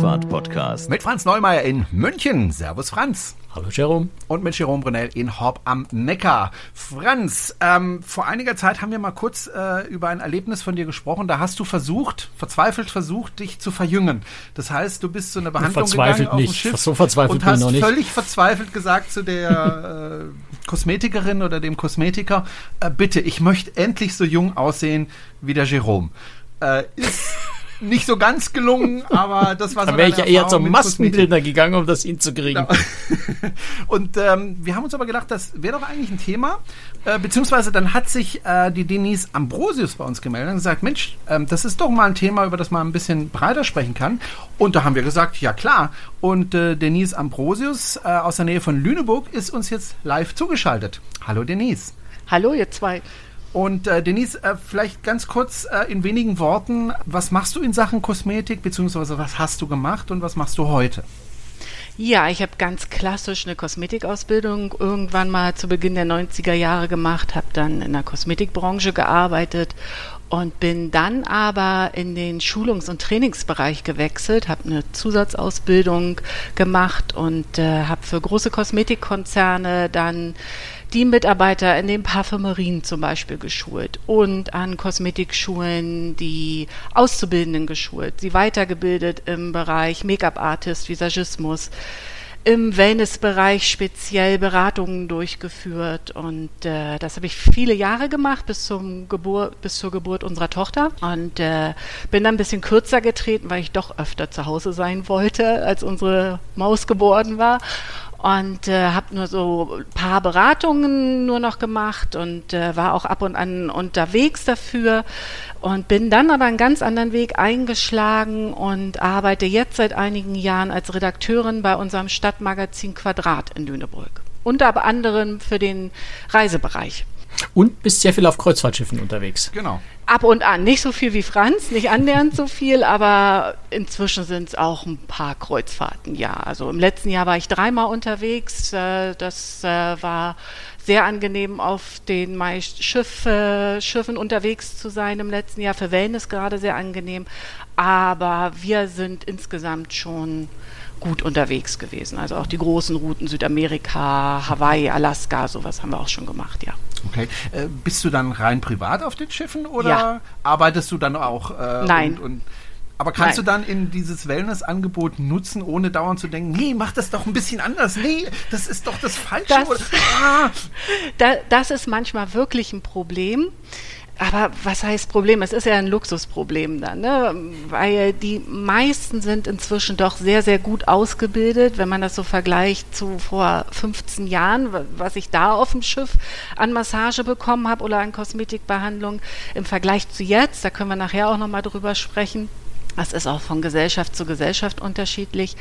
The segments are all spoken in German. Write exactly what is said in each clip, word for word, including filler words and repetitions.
Kreuzfahrt-Podcast. Mit Franz Neumeier in München. Servus Franz. Hallo Jerome. Und mit Jerome Brunel in Horb am Neckar. Franz, ähm, vor einiger Zeit haben wir mal kurz äh, über ein Erlebnis von dir gesprochen. Da hast du versucht, verzweifelt versucht, dich zu verjüngen. Das heißt, du bist zu einer Behandlung gegangen auf dem Schiff so verzweifelt und hast noch nicht. völlig verzweifelt gesagt zu der äh, Kosmetikerin oder dem Kosmetiker, äh, bitte, ich möchte endlich so jung aussehen wie der Jerome. Äh, ist nicht so ganz gelungen, aber das war so. Da wäre ich ja eher zum Maskenbildner Kosmetik. gegangen, um das hinzukriegen. Genau. Und ähm, wir haben uns aber gedacht, das wäre doch eigentlich ein Thema. Äh, beziehungsweise dann hat sich äh, die Denise Ambrosius bei uns gemeldet und gesagt, Mensch, ähm, das ist doch mal ein Thema, über das man ein bisschen breiter sprechen kann. Und da haben wir gesagt, ja klar. Und äh, Denise Ambrosius äh, aus der Nähe von Lüneburg ist uns jetzt live zugeschaltet. Hallo Denise. Hallo ihr zwei. Und äh, Denise, äh, vielleicht ganz kurz äh, in wenigen Worten, was machst du in Sachen Kosmetik, beziehungsweise was hast du gemacht und was machst du heute? Ja, ich habe ganz klassisch eine Kosmetikausbildung irgendwann mal zu Beginn der neunziger Jahre gemacht, habe dann in der Kosmetikbranche gearbeitet und bin dann aber in den Schulungs- und Trainingsbereich gewechselt, habe eine Zusatzausbildung gemacht und äh, habe für große Kosmetikkonzerne dann die Mitarbeiter in den Parfümerien zum Beispiel geschult und an Kosmetikschulen die Auszubildenden geschult, sie weitergebildet im Bereich Make-up-Artist, Visagismus, im Wellnessbereich speziell Beratungen durchgeführt und äh, das habe ich viele Jahre gemacht bis zum Gebur- bis zur Geburt unserer Tochter und äh, bin dann ein bisschen kürzer getreten, weil ich doch öfter zu Hause sein wollte, als unsere Maus geboren war. Und äh, habe nur so ein paar Beratungen nur noch gemacht und äh, war auch ab und an unterwegs dafür und bin dann aber einen ganz anderen Weg eingeschlagen und arbeite jetzt seit einigen Jahren als Redakteurin bei unserem Stadtmagazin Quadrat in Lüneburg. Unter anderem für den Reisebereich. Und bist sehr viel auf Kreuzfahrtschiffen unterwegs. Genau. Ab und an. Nicht so viel wie Franz, nicht annähernd so viel, aber inzwischen sind es auch ein paar Kreuzfahrten, ja. Also im letzten Jahr war ich dreimal unterwegs. Das war sehr angenehm, auf den meist Schiff, Schiffen unterwegs zu sein im letzten Jahr. Für Wellness gerade sehr angenehm. Aber wir sind insgesamt schon gut unterwegs gewesen. Also auch die großen Routen Südamerika, Hawaii, Alaska, sowas haben wir auch schon gemacht, ja. Okay. Äh, bist du dann rein privat auf den Schiffen oder ja. arbeitest du dann auch? Äh, Nein. Und, und, aber kannst Nein. du dann in dieses Wellness-Angebot nutzen, ohne dauernd zu denken, nee, mach das doch ein bisschen anders, nee, das ist doch das Falsche. Das, oder, ah. da, das ist manchmal wirklich ein Problem. Aber was heißt Problem? Es ist ja ein Luxusproblem dann, ne? Weil die meisten sind inzwischen doch sehr, sehr gut ausgebildet, wenn man das so vergleicht zu vor fünfzehn Jahren, was ich da auf dem Schiff an Massage bekommen habe oder an Kosmetikbehandlung im Vergleich zu jetzt, da können wir nachher auch nochmal drüber sprechen. Das ist auch von Gesellschaft zu Gesellschaft unterschiedlich.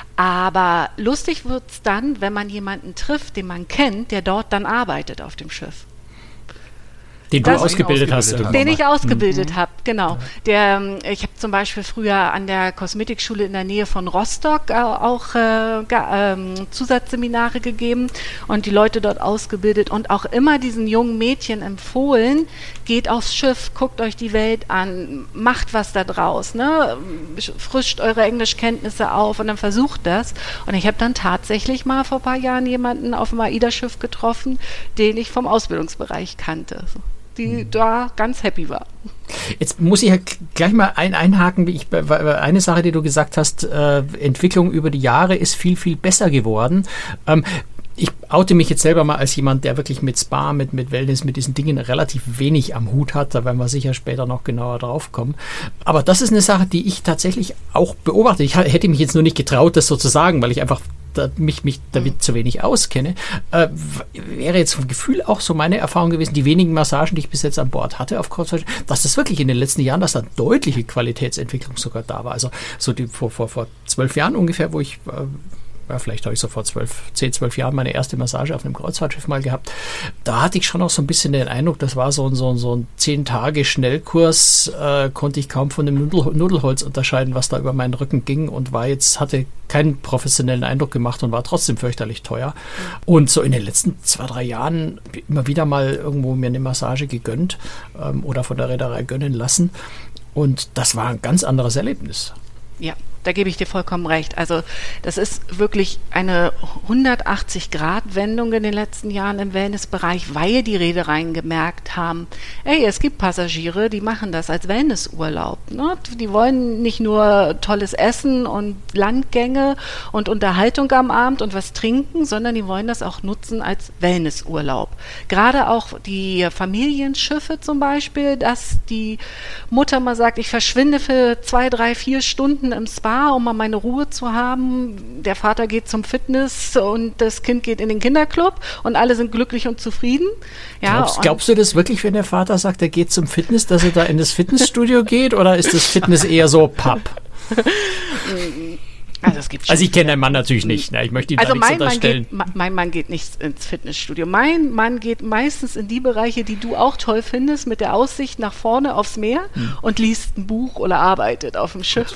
Aber lustig wird's dann, wenn man jemanden trifft, den man kennt, der dort dann arbeitet auf dem Schiff. Den du Das- ausgebildet hast. Den Den ich ausgebildet Mhm. habe, genau. Der, ich habe zum Beispiel früher an der Kosmetikschule in der Nähe von Rostock äh, auch äh, ge- ähm, Zusatzseminare gegeben und die Leute dort ausgebildet und auch immer diesen jungen Mädchen empfohlen, geht aufs Schiff, guckt euch die Welt an, macht was da draus, ne? Frischt eure Englischkenntnisse auf und dann versucht das. Und ich habe dann tatsächlich mal vor ein paar Jahren jemanden auf dem AIDA-Schiff getroffen, den ich vom Ausbildungsbereich kannte. Die da ganz happy war. Jetzt muss ich ja gleich mal ein, einhaken, wie ich bei, bei eine Sache, die du gesagt hast, äh, Entwicklung über die Jahre ist viel, viel besser geworden. Ähm, ich oute mich jetzt selber mal als jemand, der wirklich mit Spa, mit, mit Wellness, mit diesen Dingen relativ wenig am Hut hat. Da werden wir sicher später noch genauer drauf kommen. Aber das ist eine Sache, die ich tatsächlich auch beobachte. Ich hätte mich jetzt nur nicht getraut, das so zu sagen, weil ich einfach da, mich, mich damit mhm. zu wenig auskenne. Äh, wäre jetzt vom Gefühl auch so meine Erfahrung gewesen, die wenigen Massagen, die ich bis jetzt an Bord hatte auf Kreuzfahrt, dass das wirklich in den letzten Jahren, dass da deutliche Qualitätsentwicklung sogar da war. Also so die vor, vor, vor zwölf Jahren ungefähr, wo ich äh, ja, vielleicht habe ich so vor zwölf, zehn, zwölf Jahren meine erste Massage auf einem Kreuzfahrtschiff mal gehabt. Da hatte ich schon auch so ein bisschen den Eindruck, das war so ein, so ein, so ein zehn Tage Schnellkurs, äh, konnte ich kaum von dem Nudel, Nudelholz unterscheiden, was da über meinen Rücken ging und war jetzt, hatte keinen professionellen Eindruck gemacht und war trotzdem fürchterlich teuer. Und so in den letzten zwei, drei Jahren immer wieder mal irgendwo mir eine Massage gegönnt ähm, oder von der Reederei gönnen lassen. Und das war ein ganz anderes Erlebnis. Ja, Da gebe ich dir vollkommen recht. Also das ist wirklich eine hundertachtzig-Grad-Wendung in den letzten Jahren im Wellnessbereich, weil die Reedereien gemerkt haben, ey, es gibt Passagiere, die machen das als Wellnessurlaub. Ne? Die wollen nicht nur tolles Essen und Landgänge und Unterhaltung am Abend und was trinken, sondern die wollen das auch nutzen als Wellnessurlaub. Gerade auch die Familienschiffe zum Beispiel, dass die Mutter mal sagt, ich verschwinde für zwei, drei, vier Stunden im Spa, um mal meine Ruhe zu haben. Der Vater geht zum Fitness und das Kind geht in den Kinderclub und alle sind glücklich und zufrieden. Ja, glaubst, und glaubst du das wirklich, wenn der Vater sagt, er geht zum Fitness, dass er da in das Fitnessstudio geht, oder ist das Fitness eher so Pub? Also, es gibt also ich kenne deinen Mann natürlich nicht, ne? Ich möchte ihm also da nichts mein unterstellen. Mann geht, mein Mann geht nicht ins Fitnessstudio. Mein Mann geht meistens in die Bereiche, die du auch toll findest, mit der Aussicht nach vorne aufs Meer hm. und liest ein Buch oder arbeitet auf dem Schiff.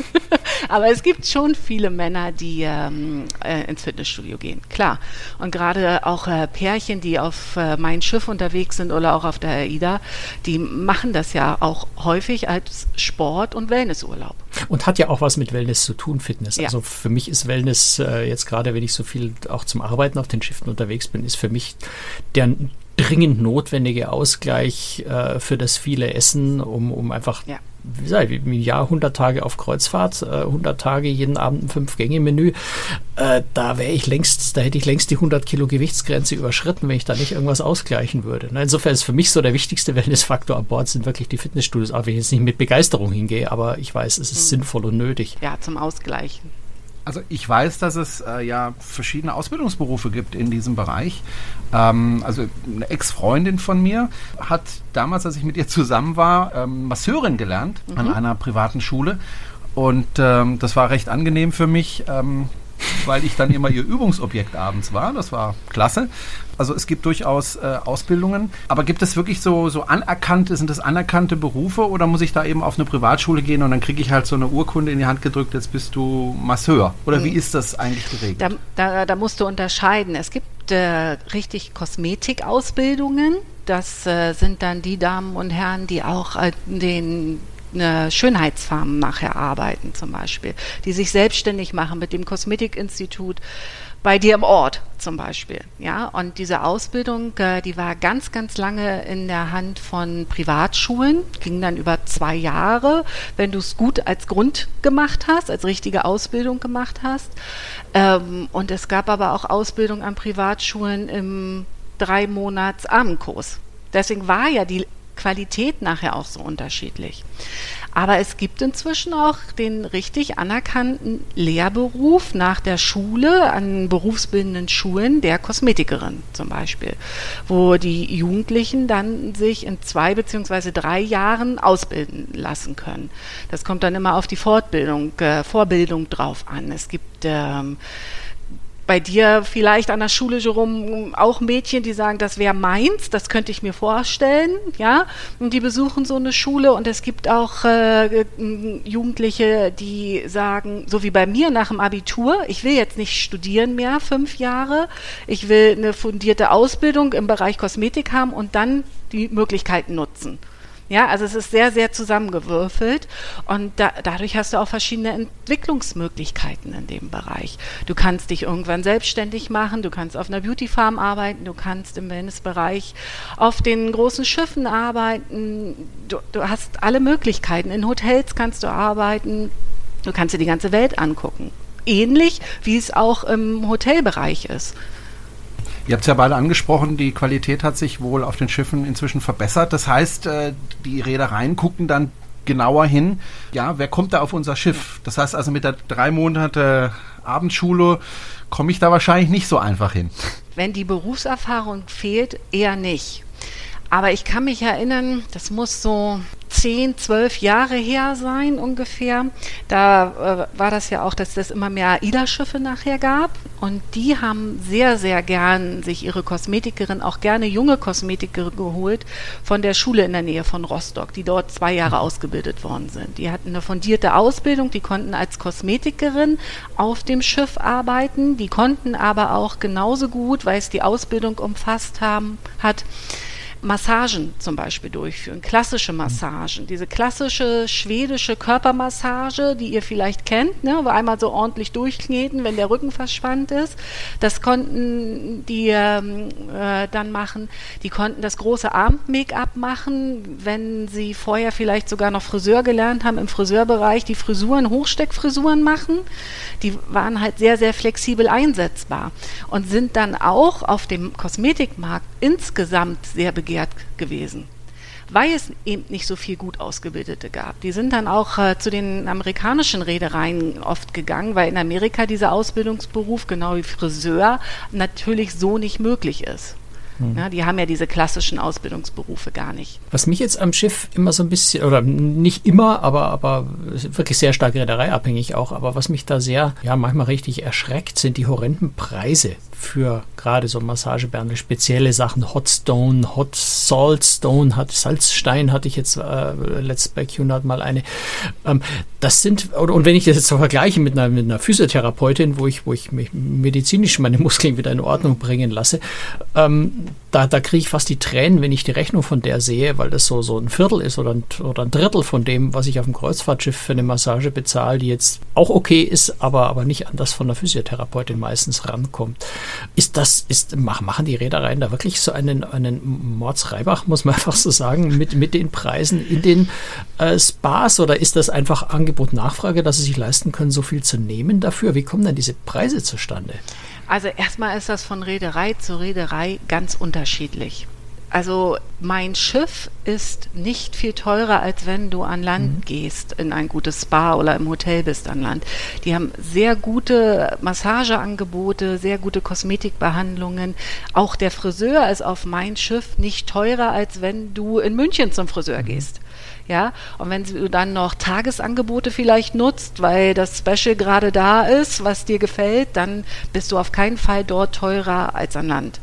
Aber es gibt schon viele Männer, die ähm, äh, ins Fitnessstudio gehen, klar. Und gerade auch äh, Pärchen, die auf äh, mein Schiff unterwegs sind oder auch auf der AIDA, die machen das ja auch häufig als Sport- und Wellnessurlaub. Und hat ja auch was mit Wellness zu tun, Fitness. Ja. Also für mich ist Wellness, äh, jetzt gerade wenn ich so viel auch zum Arbeiten auf den Schiffen unterwegs bin, ist für mich der dringend notwendige Ausgleich äh, für das viele Essen, um, um einfach, ja. wie gesagt, im Jahr hundert Tage auf Kreuzfahrt, äh, hundert Tage jeden Abend ein Fünf-Gänge-Menü. Äh, da wäre ich längst, da hätte ich längst die hundert Kilo Gewichtsgrenze überschritten, wenn ich da nicht irgendwas ausgleichen würde. Na, insofern ist für mich so der wichtigste Wellnessfaktor an Bord sind wirklich die Fitnessstudios, auch wenn ich jetzt nicht mit Begeisterung hingehe, aber ich weiß, es ist mhm. sinnvoll und nötig. Ja, zum Ausgleichen. Also ich weiß, dass es äh, ja verschiedene Ausbildungsberufe gibt in diesem Bereich. Ähm, also eine Ex-Freundin von mir hat damals, als ich mit ihr zusammen war, ähm, Masseurin gelernt mhm. an einer privaten Schule. Und ähm, das war recht angenehm für mich, ähm, weil ich dann immer ihr Übungsobjekt abends war. Das war klasse. Also es gibt durchaus äh, Ausbildungen. Aber gibt es wirklich so, so anerkannte, sind das anerkannte Berufe oder muss ich da eben auf eine Privatschule gehen und dann kriege ich halt so eine Urkunde in die Hand gedrückt, jetzt bist du Masseur? Oder mhm. wie ist das eigentlich geregelt? Da, da, da musst du unterscheiden. Es gibt äh, richtig Kosmetikausbildungen. Das äh, sind dann die Damen und Herren, die auch äh, den eine Schönheitsfarmen nachher arbeiten zum Beispiel, die sich selbstständig machen mit dem Kosmetikinstitut bei dir im Ort zum Beispiel. Ja, und diese Ausbildung, äh, die war ganz, ganz lange in der Hand von Privatschulen, ging dann über zwei Jahre, wenn du es gut als Grund gemacht hast, als richtige Ausbildung gemacht hast. Ähm, und es gab aber auch Ausbildung an Privatschulen im drei Monats Abendkurs. Deswegen war ja die Qualität nachher auch so unterschiedlich. Aber es gibt inzwischen auch den richtig anerkannten Lehrberuf nach der Schule an berufsbildenden Schulen der Kosmetikerin zum Beispiel, wo die Jugendlichen dann sich in zwei beziehungsweise drei Jahren ausbilden lassen können. Das kommt dann immer auf die Fortbildung, äh, Vorbildung drauf an. Es gibt ähm, bei dir vielleicht an der Schule, Jerome, auch Mädchen, die sagen, das wäre meins, das könnte ich mir vorstellen, ja, und die besuchen so eine Schule und es gibt auch äh, Jugendliche, die sagen, so wie bei mir nach dem Abitur, ich will jetzt nicht studieren mehr, fünf Jahre, ich will eine fundierte Ausbildung im Bereich Kosmetik haben und dann die Möglichkeiten nutzen. Ja, also es ist sehr, sehr zusammengewürfelt und da, dadurch hast du auch verschiedene Entwicklungsmöglichkeiten in dem Bereich. Du kannst dich irgendwann selbstständig machen, du kannst auf einer Beauty-Farm arbeiten, du kannst im Wellnessbereich auf den großen Schiffen arbeiten, du, du hast alle Möglichkeiten. In Hotels kannst du arbeiten, du kannst dir die ganze Welt angucken. Ähnlich, wie es auch im Hotelbereich ist. Ihr habt es ja beide angesprochen, die Qualität hat sich wohl auf den Schiffen inzwischen verbessert. Das heißt, die Reedereien gucken dann genauer hin, ja, wer kommt da auf unser Schiff? Das heißt also, mit der drei Monate Abendschule komme ich da wahrscheinlich nicht so einfach hin. Wenn die Berufserfahrung fehlt, eher nicht. Aber ich kann mich erinnern, das muss so zehn, zwölf Jahre her sein ungefähr. Da äh, war das ja auch, dass es immer mehr AIDA-Schiffe nachher gab. Und die haben sehr, sehr gern sich ihre Kosmetikerin, auch gerne junge Kosmetikerin geholt von der Schule in der Nähe von Rostock, die dort zwei Jahre ausgebildet worden sind. Die hatten eine fundierte Ausbildung, die konnten als Kosmetikerin auf dem Schiff arbeiten. Die konnten aber auch genauso gut, weil es die Ausbildung umfasst haben, hat, Massagen zum Beispiel durchführen, klassische Massagen, diese klassische schwedische Körpermassage, die ihr vielleicht kennt, ne, wo einmal so ordentlich durchkneten, wenn der Rücken verspannt ist. Das konnten die ähm, äh, dann machen. Die konnten das große Abend-Make-up machen, wenn sie vorher vielleicht sogar noch Friseur gelernt haben, im Friseurbereich die Frisuren, Hochsteckfrisuren machen. Die waren halt sehr, sehr flexibel einsetzbar und sind dann auch auf dem Kosmetikmarkt insgesamt sehr begehrt gewesen, weil es eben nicht so viel gut Ausgebildete gab. Die sind dann auch äh, zu den amerikanischen Reedereien oft gegangen, weil in Amerika dieser Ausbildungsberuf, genau wie Friseur, natürlich so nicht möglich ist. Ja, die haben ja diese klassischen Ausbildungsberufe gar nicht. Was mich jetzt am Schiff immer so ein bisschen, oder nicht immer, aber, aber wirklich sehr stark reedereiabhängig auch, aber was mich da sehr, ja, manchmal richtig erschreckt, sind die horrenden Preise für gerade so Massagebärende, spezielle Sachen, Hot Stone, Hot Salt Stone, hat, Salzstein hatte ich jetzt äh, letzt bei Cunard mal eine. Ähm, das sind, oder, und wenn ich das jetzt so vergleiche mit einer, mit einer Physiotherapeutin, wo ich, wo ich mich medizinisch meine Muskeln wieder in Ordnung bringen lasse, ähm, da, da kriege ich fast die Tränen, wenn ich die Rechnung von der sehe, weil das so, so ein Viertel ist oder ein, oder ein Drittel von dem, was ich auf dem Kreuzfahrtschiff für eine Massage bezahle, die jetzt auch okay ist, aber, aber nicht an das von der Physiotherapeutin meistens rankommt. Ist das, ist, machen die Reedereien da wirklich so einen, einen Mordsreibach, muss man einfach so sagen, mit, mit den Preisen in den äh, Spas, oder ist das einfach Angebot-Nachfrage, dass sie sich leisten können, so viel zu nehmen dafür? Wie kommen denn diese Preise zustande? Also erstmal ist das von Reederei zu Reederei ganz unterschiedlich. Also mein Schiff ist nicht viel teurer, als wenn du an Land mhm. gehst, in ein gutes Spa oder im Hotel bist an Land. Die haben sehr gute Massageangebote, sehr gute Kosmetikbehandlungen. Auch der Friseur ist auf mein Schiff nicht teurer, als wenn du in München zum Friseur mhm. gehst. Ja, und wenn du dann noch Tagesangebote vielleicht nutzt, weil das Special gerade da ist, was dir gefällt, dann bist du auf keinen Fall dort teurer als an Land.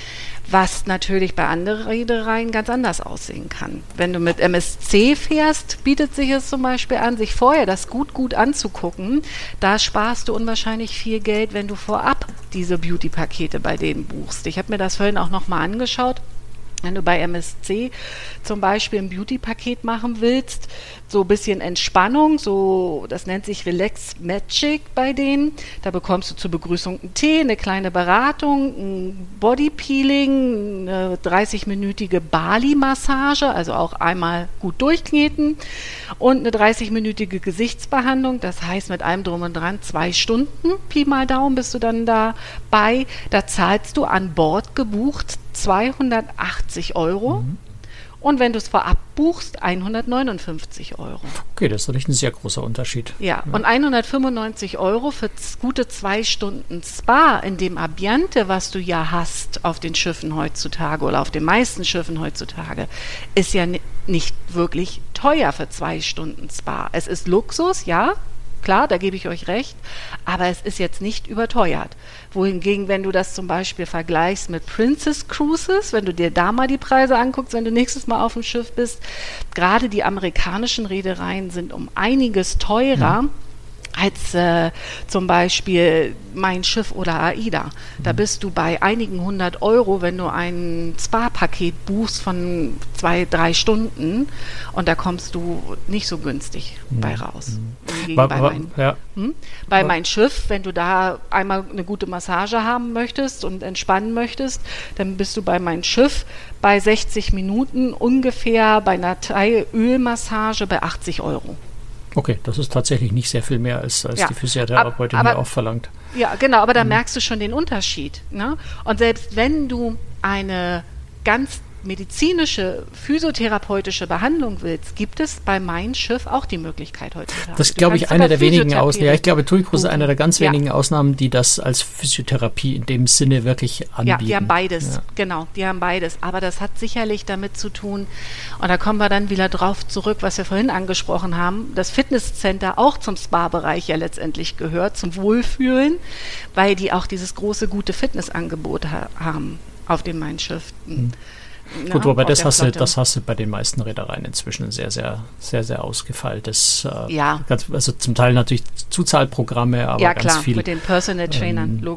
Was natürlich bei anderen Reedereien ganz anders aussehen kann. Wenn du mit M S C fährst, bietet sich es zum Beispiel an, sich vorher das gut, gut anzugucken. Da sparst du unwahrscheinlich viel Geld, wenn du vorab diese Beauty-Pakete bei denen buchst. Ich habe mir das vorhin auch nochmal angeschaut. Wenn du bei M S C zum Beispiel ein Beauty-Paket machen willst, so ein bisschen Entspannung, so, das nennt sich Relax Magic bei denen. Da bekommst du zur Begrüßung einen Tee, eine kleine Beratung, ein Bodypeeling, eine dreißig-minütige Bali-Massage, also auch einmal gut durchkneten, und eine dreißig-minütige Gesichtsbehandlung. Das heißt, mit allem drum und dran zwei Stunden, Pi mal Daumen, bist du dann dabei. Da zahlst du an Bord gebucht zweihundertachtzig Euro. Mhm. Und wenn du es vorab buchst, hundertneunundfünfzig Euro. Okay, das ist natürlich ein sehr großer Unterschied. Ja, ja. Und hundertfünfundneunzig Euro für z- gute zwei Stunden Spa in dem Ambiente, was du ja hast auf den Schiffen heutzutage oder auf den meisten Schiffen heutzutage, ist ja n- nicht wirklich teuer für zwei Stunden Spa. Es ist Luxus, ja, klar, da gebe ich euch recht, aber es ist jetzt nicht überteuert. Wohingegen, wenn du das zum Beispiel vergleichst mit Princess Cruises, wenn du dir da mal die Preise anguckst, wenn du nächstes Mal auf dem Schiff bist, gerade die amerikanischen Reedereien sind um einiges teurer, mhm. als äh, zum Beispiel Mein Schiff oder AIDA. Da bist du bei einigen hundert Euro, wenn du ein Spa-Paket buchst von zwei, drei Stunden, und da kommst du nicht so günstig mhm. bei raus. Mhm. War, bei war, mein, ja. hm? bei war, Mein Schiff, wenn du da einmal eine gute Massage haben möchtest und entspannen möchtest, dann bist du bei Mein Schiff bei sechzig Minuten ungefähr bei einer Thai-Ölmassage bei achtzig Euro. Okay, das ist tatsächlich nicht sehr viel mehr, als, als ja, die Physiotherapeutin aber, mir auch verlangt. Ja, genau, aber da mhm. merkst du schon den Unterschied. Ne? Und selbst wenn du eine ganz medizinische, physiotherapeutische Behandlung willst, gibt es bei Mein Schiff auch die Möglichkeit heutzutage. Das ist, glaube ich, eine der wenigen Ausnahmen. Ja, ich glaube, TUI Cruise ist eine der ganz wenigen ja. Ausnahmen, die das als Physiotherapie in dem Sinne wirklich anbieten. Ja, die haben beides, ja. genau, die haben beides. Aber das hat sicherlich damit zu tun, und da kommen wir dann wieder drauf zurück, was wir vorhin angesprochen haben, das Fitnesscenter auch zum Spa-Bereich ja letztendlich gehört, zum Wohlfühlen, weil die auch dieses große, gute Fitnessangebot ha- haben auf den Mein Schiff. Mhm. Gut, ja, aber das hast, du, das hast du bei den meisten Reedereien inzwischen sehr, sehr, sehr, sehr ausgefeiltes. Äh, ja. Ganz, also zum Teil natürlich Zuzahlprogramme, aber ja, ganz klar, viel. mit den Personal Trainern, ähm, logisch.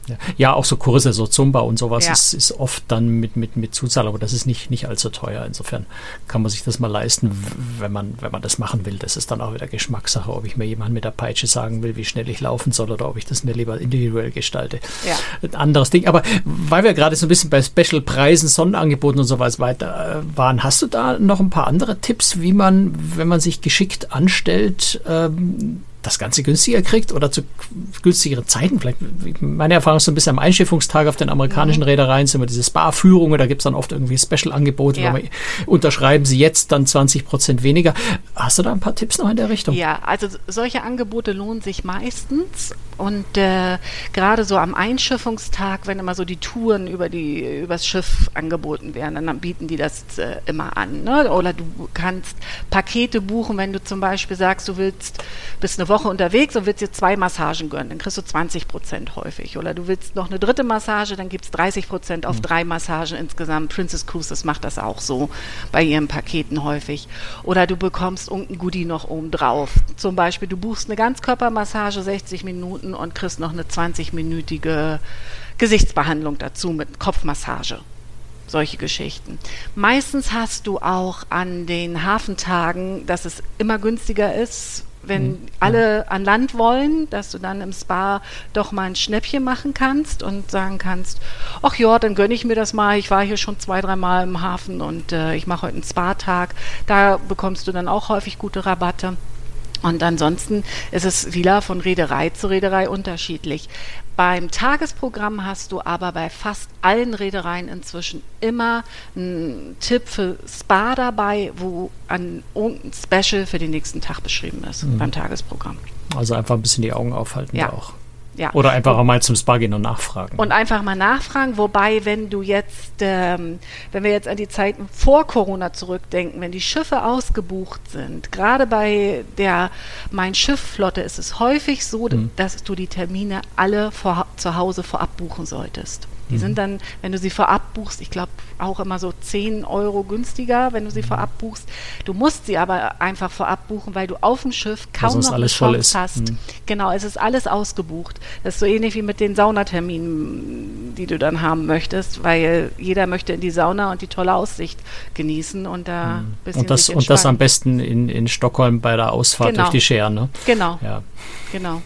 Ja. ja, auch so Kurse, so Zumba und sowas ja. ist, ist oft dann mit, mit, mit Zuzahlung, aber das ist nicht, nicht allzu teuer. Insofern kann man sich das mal leisten, wenn man, wenn man das machen will. Das ist dann auch wieder Geschmackssache, ob ich mir jemand mit der Peitsche sagen will, wie schnell ich laufen soll oder ob ich das mir lieber individuell gestalte. Ja. Ein anderes Ding. Aber weil wir gerade so ein bisschen bei Special-Preisen, Sonderangeboten und sowas weiter waren, hast du da noch ein paar andere Tipps, wie man, wenn man sich geschickt anstellt, ähm, das Ganze günstiger kriegt oder zu günstigeren Zeiten? Vielleicht, meine Erfahrung ist so ein bisschen am Einschiffungstag auf den amerikanischen mhm. Reedereien sind immer diese Spa-Führungen, da gibt es dann oft irgendwie Special-Angebote, ja. wo man, unterschreiben sie jetzt dann zwanzig Prozent weniger. Hast du da ein paar Tipps noch in der Richtung? Ja, also solche Angebote lohnen sich meistens und äh, gerade so am Einschiffungstag, wenn immer so die Touren über die übers Schiff angeboten werden, dann bieten die das äh, immer an. Ne? Oder du kannst Pakete buchen, wenn du zum Beispiel sagst, du willst bis eine Woche unterwegs und willst dir zwei Massagen gönnen, dann kriegst du zwanzig Prozent häufig. Oder du willst noch eine dritte Massage, dann gibt es dreißig Prozent auf mhm. drei Massagen insgesamt. Princess Cruises macht das auch so bei ihren Paketen häufig. Oder du bekommst irgendein Goodie noch oben drauf. Zum Beispiel, du buchst eine Ganzkörpermassage, sechzig Minuten und kriegst noch eine zwanzig-minütige Gesichtsbehandlung dazu mit Kopfmassage. Solche Geschichten. Meistens hast du auch an den Hafentagen, dass es immer günstiger ist, wenn mhm. alle an Land wollen, dass du dann im Spa doch mal ein Schnäppchen machen kannst und sagen kannst, ach ja, dann gönne ich mir das mal, ich war hier schon zwei, dreimal im Hafen und äh, ich mache heute einen Spa-Tag. Da bekommst du dann auch häufig gute Rabatte. Und ansonsten ist es wieder von Reederei zu Reederei unterschiedlich. Beim Tagesprogramm hast du aber bei fast allen Reedereien inzwischen immer einen Tipp für Spa dabei, wo ein irgendein Special für den nächsten Tag beschrieben ist, mhm. beim Tagesprogramm. Also einfach ein bisschen die Augen aufhalten ja. auch. Ja. Oder einfach auch mal zum Spa gehen und nachfragen. Und einfach mal nachfragen, wobei, wenn du jetzt, ähm, wenn wir jetzt an die Zeiten vor Corona zurückdenken, wenn die Schiffe ausgebucht sind, gerade bei der Mein-Schiff-Flotte ist es häufig so, mhm. dass du die Termine alle vor, zu Hause vorab buchen solltest. Die mhm. sind dann, wenn du sie vorab buchst, ich glaube auch immer so zehn Euro günstiger, wenn du sie mhm. vorab buchst. Du musst sie aber einfach vorab buchen, weil du auf dem Schiff kaum also noch eine Chance hast. Mhm. Genau, es ist alles ausgebucht. Das ist so ähnlich wie mit den Saunaterminen, die du dann haben möchtest, weil jeder möchte in die Sauna und die tolle Aussicht genießen und da ein bisschen und das, sich und das am besten in, in Stockholm bei der Ausfahrt genau. durch die Schär, ne? Genau, ja. genau.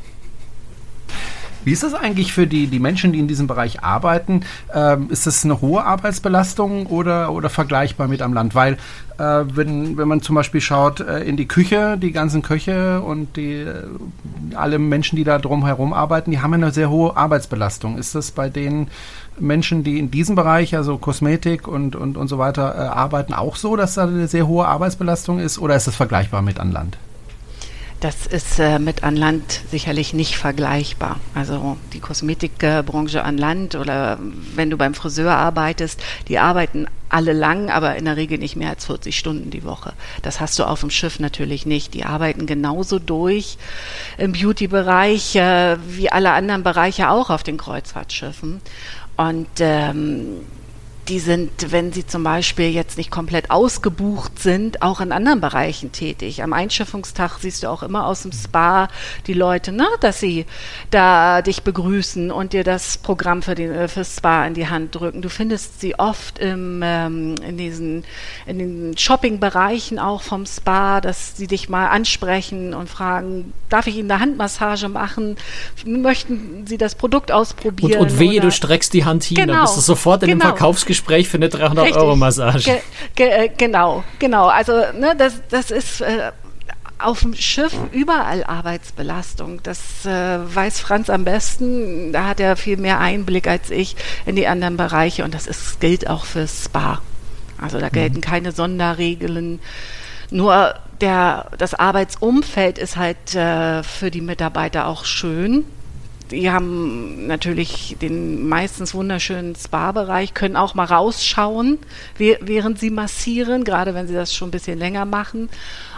Wie ist das eigentlich für die, die Menschen, die in diesem Bereich arbeiten? Ähm, ist das eine hohe Arbeitsbelastung oder, oder vergleichbar mit am Land? Weil äh, wenn, wenn man zum Beispiel schaut äh, in die Küche, die ganzen Köche und die, äh, alle Menschen, die da drumherum arbeiten, die haben eine sehr hohe Arbeitsbelastung. Ist das bei den Menschen, die in diesem Bereich, also Kosmetik und, und, und so weiter, äh, arbeiten, auch so, dass da eine sehr hohe Arbeitsbelastung ist? Oder ist das vergleichbar mit an Land? Das ist äh, mit an Land sicherlich nicht vergleichbar. Also die Kosmetikbranche an Land oder wenn du beim Friseur arbeitest, die arbeiten alle lang, aber in der Regel nicht mehr als vierzig Stunden die Woche. Das hast du auf dem Schiff natürlich nicht. Die arbeiten genauso durch im Beauty-Bereich äh, wie alle anderen Bereiche auch auf den Kreuzfahrtschiffen. Und ähm, die sind, wenn sie zum Beispiel jetzt nicht komplett ausgebucht sind, auch in anderen Bereichen tätig. Am Einschiffungstag siehst du auch immer aus dem Spa die Leute, ne, dass sie da dich begrüßen und dir das Programm für den fürs Spa in die Hand drücken. Du findest sie oft im, ähm, in diesen in den Shopping-Bereichen auch vom Spa, dass sie dich mal ansprechen und fragen, darf ich Ihnen eine Handmassage machen? Möchten Sie das Produkt ausprobieren? Und, und wehe, oder? Du streckst die Hand hin, genau, dann bist du sofort in genau. einem Verkaufsgespräch für eine dreihundert Euro Massage. Ge, ge, äh, genau, genau. Also ne, das, das ist äh, auf dem Schiff überall Arbeitsbelastung. Das äh, weiß Franz am besten. Da hat er viel mehr Einblick als ich in die anderen Bereiche und das ist, gilt auch für Spa. Also da gelten mhm. keine Sonderregeln. Nur der, das Arbeitsumfeld ist halt äh, für die Mitarbeiter auch schön. Die haben natürlich den meistens wunderschönen Spa-Bereich, können auch mal rausschauen, während sie massieren, gerade wenn sie das schon ein bisschen länger machen.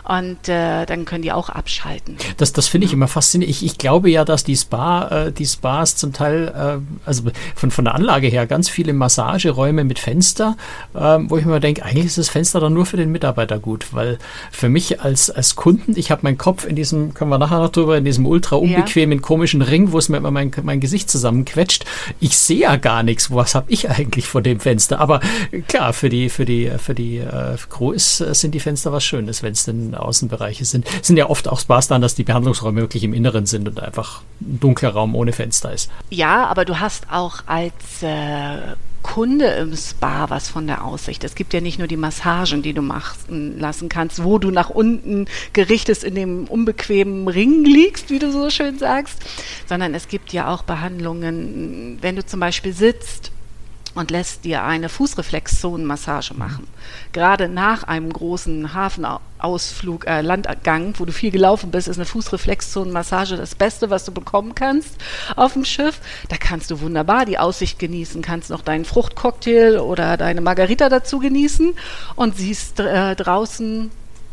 und äh, dann können die auch abschalten. Das, das finde ich immer faszinierend. Ich, ich glaube ja, dass die Spa, äh, die Spas zum Teil, äh, also von, von der Anlage her, ganz viele Massageräume mit Fenster, äh, wo ich mir denke, eigentlich ist das Fenster dann nur für den Mitarbeiter gut, weil für mich als, als Kunden, ich habe meinen Kopf in diesem, können wir nachher noch drüber, in diesem ultra unbequemen, ja. komischen Ring, wo es mir immer mein, mein Gesicht zusammenquetscht. Ich sehe ja gar nichts. Was habe ich eigentlich vor dem Fenster? Aber klar, für die, für die, für die äh, Crew ist, sind die Fenster was Schönes, wenn es denn Außenbereiche sind. Es sind ja oft auch Spas dann, dass die Behandlungsräume wirklich im Inneren sind und einfach ein dunkler Raum ohne Fenster ist. Ja, aber du hast auch als äh, Kunde im Spa was von der Aussicht. Es gibt ja nicht nur die Massagen, die du machen lassen kannst, wo du nach unten gerichtet in dem unbequemen Ring liegst, wie du so schön sagst, sondern es gibt ja auch Behandlungen, wenn du zum Beispiel sitzt und lässt dir eine Fußreflexzonenmassage machen. Gerade nach einem großen Hafenausflug, äh, Landgang, wo du viel gelaufen bist, ist eine Fußreflexzonenmassage das Beste, was du bekommen kannst auf dem Schiff. Da kannst du wunderbar die Aussicht genießen, kannst noch deinen Fruchtcocktail oder deine Margarita dazu genießen und siehst äh, draußen,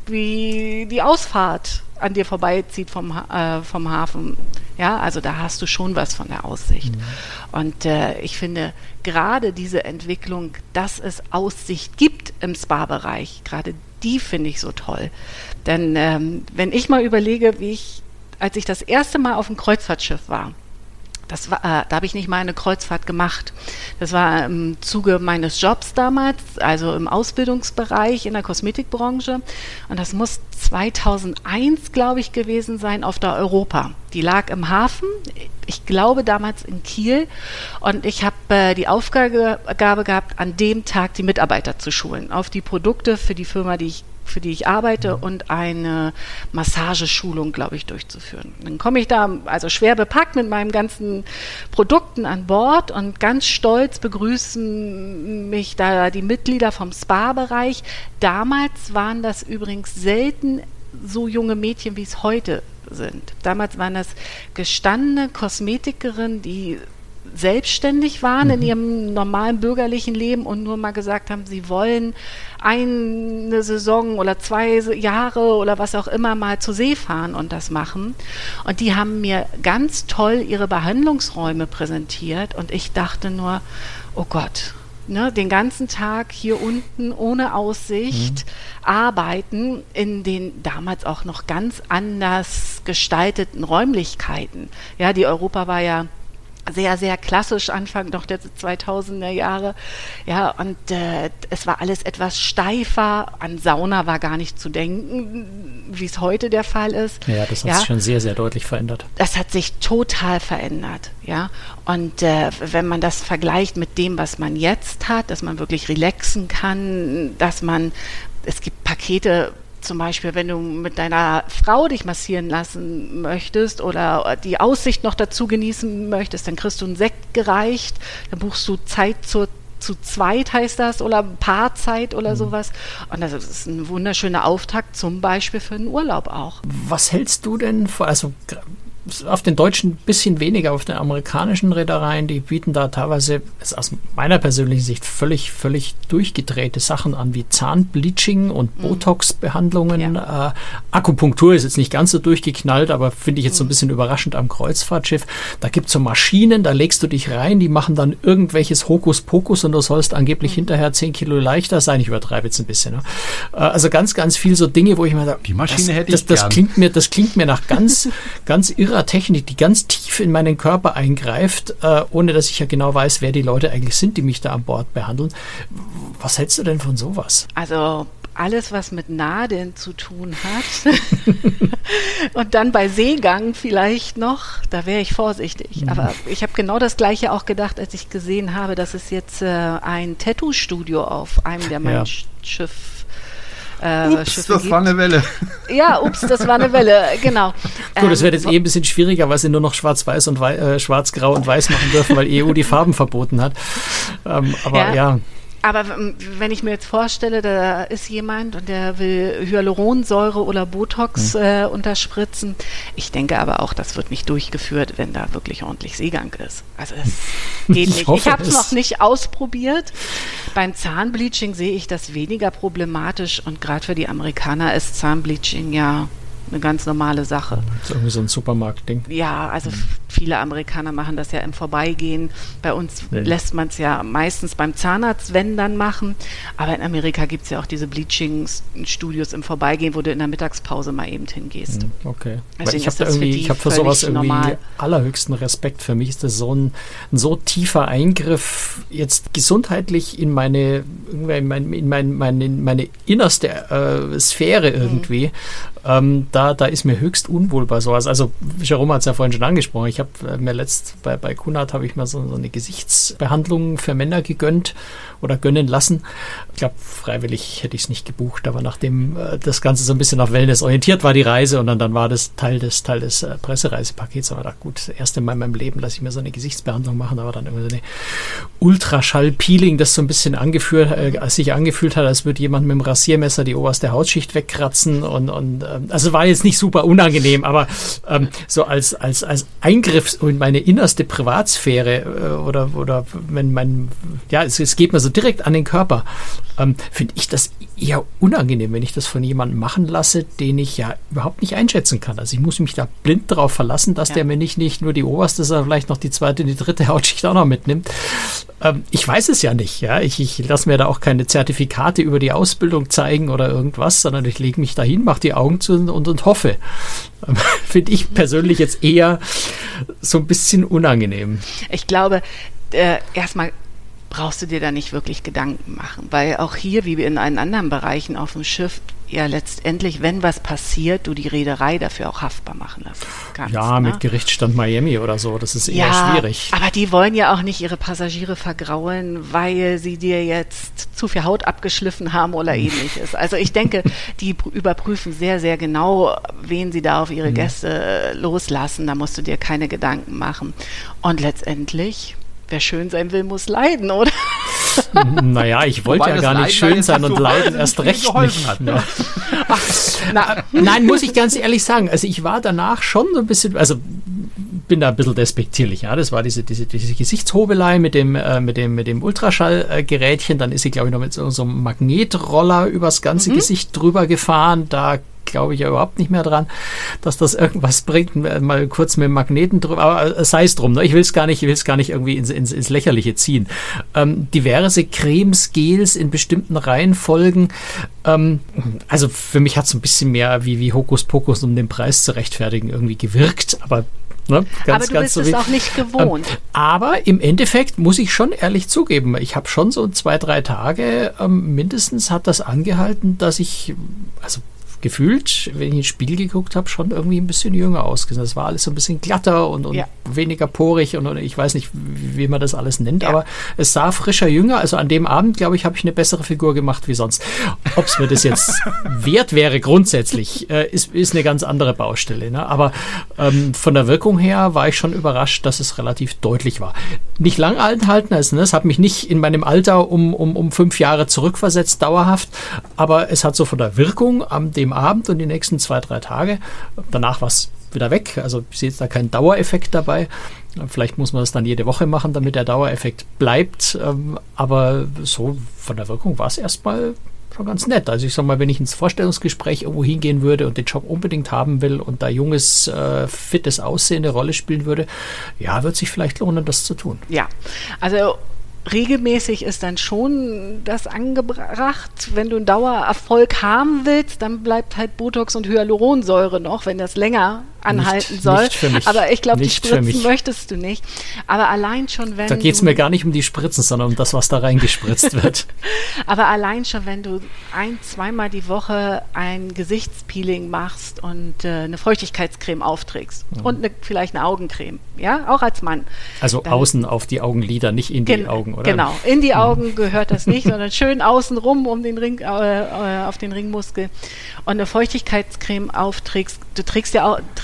wie die Ausfahrt an dir vorbeizieht vom, äh, vom Hafen. Ja, also da hast du schon was von der Aussicht. Mhm. Und äh, ich finde, gerade diese Entwicklung, dass es Aussicht gibt im Spa-Bereich, gerade die finde ich so toll. Denn ähm, wenn ich mal überlege, wie ich, als ich das erste Mal auf dem Kreuzfahrtschiff war, Das war, äh, da habe ich nicht mal eine Kreuzfahrt gemacht. Das war im Zuge meines Jobs damals, also im Ausbildungsbereich in der Kosmetikbranche. Und das muss zweitausendeins, glaube ich, gewesen sein auf der Europa. Die lag im Hafen, ich glaube damals in Kiel. Und ich habe äh, die Aufgabe gehabt, an dem Tag die Mitarbeiter zu schulen auf die Produkte für die Firma, die ich für die ich arbeite, und eine Massageschulung, glaube ich, durchzuführen. Dann komme ich da also schwer bepackt mit meinen ganzen Produkten an Bord und ganz stolz begrüßen mich da die Mitglieder vom Spa-Bereich. Damals waren das übrigens selten so junge Mädchen, wie es heute sind. Damals waren das gestandene Kosmetikerinnen, die selbstständig waren mhm. in ihrem normalen bürgerlichen Leben und nur mal gesagt haben, sie wollen eine Saison oder zwei Jahre oder was auch immer mal zur See fahren und das machen. Und die haben mir ganz toll ihre Behandlungsräume präsentiert und ich dachte nur, oh Gott, ne, den ganzen Tag hier unten ohne Aussicht mhm. arbeiten in den damals auch noch ganz anders gestalteten Räumlichkeiten. Ja, die Europa war ja sehr, sehr klassisch, Anfang noch der zweitausender Jahre. Ja, und äh, es war alles etwas steifer. An Sauna war gar nicht zu denken, wie es heute der Fall ist. Ja, das hat ja, sich schon sehr, sehr deutlich verändert. Das hat sich total verändert, ja. Und äh, wenn man das vergleicht mit dem, was man jetzt hat, dass man wirklich relaxen kann, dass man, es gibt Pakete, zum Beispiel, wenn du mit deiner Frau dich massieren lassen möchtest oder die Aussicht noch dazu genießen möchtest, dann kriegst du einen Sekt gereicht, dann buchst du Zeit zur, zu zweit, heißt das, oder Paarzeit oder mhm. sowas. Und das ist ein wunderschöner Auftakt, zum Beispiel für einen Urlaub auch. Was hältst du denn vor, also auf den deutschen ein bisschen weniger, auf den amerikanischen Reedereien, die bieten da teilweise aus meiner persönlichen Sicht völlig, völlig durchgedrehte Sachen an, wie Zahnbleaching und mhm. Botox-Behandlungen. Ja. Äh, Akupunktur ist jetzt nicht ganz so durchgeknallt, aber finde ich jetzt so ein bisschen überraschend am Kreuzfahrtschiff. Da gibt es so Maschinen, da legst du dich rein, die machen dann irgendwelches Hokuspokus und du sollst angeblich mhm. hinterher zehn Kilo leichter sein. Ich übertreibe jetzt ein bisschen. Ne? Äh, also ganz, ganz viel so Dinge, wo ich mir sage, die Maschine das, hätte das, ich das gern. klingt mir, das klingt mir nach ganz, ganz irrer Technik, die ganz tief in meinen Körper eingreift, äh, ohne dass ich ja genau weiß, wer die Leute eigentlich sind, die mich da an Bord behandeln. Was hältst du denn von sowas? Also alles, was mit Nadeln zu tun hat und dann bei Seegang vielleicht noch, da wäre ich vorsichtig. Mhm. Aber ich habe genau das Gleiche auch gedacht, als ich gesehen habe, dass es jetzt äh, ein Tattoo-Studio auf einem der meinen ja. Schiff Äh, ups, Schiffe das gibt. War eine Welle. Ja, ups, das war eine Welle, genau. Gut, das wird jetzt ähm, eh ein bisschen schwieriger, weil sie nur noch schwarz-weiß und wei- äh, schwarz-grau und weiß machen dürfen, weil E U die Farben verboten hat. Ähm, aber ja. ja. Aber wenn ich mir jetzt vorstelle, da ist jemand und der will Hyaluronsäure oder Botox hm. äh, unterspritzen, ich denke aber auch, das wird nicht durchgeführt, wenn da wirklich ordentlich Seegang ist. Also es geht nicht. Ich, ich habe es noch nicht ausprobiert. Beim Zahnbleaching sehe ich das weniger problematisch und gerade für die Amerikaner ist Zahnbleaching ja eine ganz normale Sache. Das ist irgendwie so ein Supermarktding. Ja, also mhm. viele Amerikaner machen das ja im Vorbeigehen. Bei uns nee. lässt man es ja meistens beim Zahnarzt, wenn dann machen. Aber in Amerika gibt es ja auch diese Bleaching-Studios im Vorbeigehen, wo du in der Mittagspause mal eben hingehst. Mhm, okay. Weil ich habe da irgendwie, ich habe für sowas irgendwie normal. allerhöchsten Respekt. Für mich ist das so ein, ein so tiefer Eingriff jetzt gesundheitlich in meine, in mein, in mein, meine, meine innerste äh, Sphäre irgendwie. Mhm. Ähm, da, da ist mir höchst unwohl bei sowas. Also Jerome hat es ja vorhin schon angesprochen. Ich habe äh, mir letzt bei, bei Kunert habe ich mir so, so eine Gesichtsbehandlung für Männer gegönnt oder gönnen lassen. Ich glaube, freiwillig hätte ich es nicht gebucht, aber nachdem äh, das Ganze so ein bisschen auf Wellness orientiert war, die Reise, und dann, dann war das Teil des, Teil des äh, Pressereisepakets, aber da gut, das erste Mal in meinem Leben lasse ich mir so eine Gesichtsbehandlung machen, aber dann irgendwie so eine Ultraschall-Peeling, das so ein bisschen angeführt, äh, als sich angefühlt hat, als würde jemand mit dem Rasiermesser die oberste Hautschicht wegkratzen und, und ähm, also war jetzt nicht super unangenehm, aber ähm, so als, als, als Eingriff in meine innerste Privatsphäre äh, oder, oder wenn mein, ja, es, es geht mir so direkt an den Körper, ähm, finde ich das eher unangenehm, wenn ich das von jemandem machen lasse, den ich ja überhaupt nicht einschätzen kann. Also ich muss mich da blind darauf verlassen, dass ja. der mir nicht, nicht nur die oberste, sondern vielleicht noch die zweite und die dritte Hautschicht auch noch mitnimmt. Ähm, ich weiß es ja nicht, ja. Ich, ich lasse mir da auch keine Zertifikate über die Ausbildung zeigen oder irgendwas, sondern ich lege mich dahin, mache die Augen zu und, und hoffe. Ähm, finde ich persönlich jetzt eher so ein bisschen unangenehm. Ich glaube, äh, erstmal brauchst du dir da nicht wirklich Gedanken machen, weil auch hier, wie in allen anderen Bereichen auf dem Schiff, ja letztendlich, wenn was passiert, du die Reederei dafür auch haftbar machen lassen kannst. Ja, ne? mit Gerichtsstand Miami oder so, das ist eher ja, schwierig. Aber die wollen ja auch nicht ihre Passagiere vergraulen, weil sie dir jetzt zu viel Haut abgeschliffen haben oder ähnliches. Also ich denke, die überprüfen sehr, sehr genau, wen sie da auf ihre Gäste loslassen. Da musst du dir keine Gedanken machen. Und letztendlich, wer schön sein will, muss leiden, oder? Naja, ich wollte Wobei ja gar nicht schön sein und leiden erst recht nicht. Hat, ne? Ach, na, nein, muss ich ganz ehrlich sagen. Also ich war danach schon so ein bisschen, also bin da ein bisschen despektierlich. Ja, das war diese, diese, diese Gesichtshobelei mit dem, äh, mit dem, mit dem Ultraschallgerätchen. Dann ist sie, glaube ich, noch mit so, so einem Magnetroller übers ganze mhm. Gesicht drüber gefahren. Da glaube ich ja überhaupt nicht mehr dran, dass das irgendwas bringt, mal kurz mit dem Magneten drüber, aber sei es drum, ne? Ich will es gar nicht, ich will es gar nicht irgendwie ins, ins, ins Lächerliche ziehen. Ähm, diverse Cremes, Gels in bestimmten Reihenfolgen, ähm, also für mich hat es ein bisschen mehr wie, wie Hokuspokus, um den Preis zu rechtfertigen, irgendwie gewirkt, aber Ne, ganz, aber du ganz bist so es wie, auch nicht gewohnt. Ähm, aber im Endeffekt muss ich schon ehrlich zugeben, ich habe schon so zwei, drei Tage ähm, mindestens hat das angehalten, dass ich, also gefühlt, wenn ich ins Spiel geguckt habe, schon irgendwie ein bisschen jünger ausgesehen. Das war alles so ein bisschen glatter und, und ja. weniger porig und, und ich weiß nicht, wie, wie man das alles nennt, ja. aber es sah frischer, jünger. Also an dem Abend, glaube ich, habe ich eine bessere Figur gemacht wie sonst. Ob es mir das jetzt wert wäre grundsätzlich, äh, ist, ist eine ganz andere Baustelle. Ne? Aber ähm, von der Wirkung her war ich schon überrascht, dass es relativ deutlich war. Nicht lang anhalten, also, ne? Es hat mich nicht in meinem Alter um, um, um fünf Jahre zurückversetzt, dauerhaft, aber es hat so von der Wirkung am dem Abend und die nächsten zwei, drei Tage. Danach war es wieder weg. Also ich sehe jetzt da keinen Dauereffekt dabei. Vielleicht muss man das dann jede Woche machen, damit der Dauereffekt bleibt. Aber so von der Wirkung war es erstmal schon ganz nett. Also ich sag mal, wenn ich ins Vorstellungsgespräch irgendwo hingehen würde und den Job unbedingt haben will und da junges, äh, fittes Aussehen eine Rolle spielen würde, ja, wird sich vielleicht lohnen, das zu tun. Ja, also regelmäßig ist dann schon das angebracht. Wenn du einen Dauererfolg haben willst, dann bleibt halt Botox und Hyaluronsäure noch, wenn das länger anhalten nicht, soll. Nicht für mich. Aber ich glaube, die Nicht Spritzen möchtest du nicht. Aber allein schon, wenn Da geht es mir gar nicht um die Spritzen, sondern um das, was da reingespritzt wird. Aber allein schon, wenn du ein-, zweimal die Woche ein Gesichtspeeling machst und äh, eine Feuchtigkeitscreme aufträgst mhm. und eine, vielleicht eine Augencreme, ja, auch als Mann. Also dann, außen auf die Augenlider, nicht in die gen- Augen, oder? Genau, in die Augen gehört das nicht, sondern schön außen rum um den Ring, äh, auf den Ringmuskel und eine Feuchtigkeitscreme aufträgst. Du trägst ja auch, trägst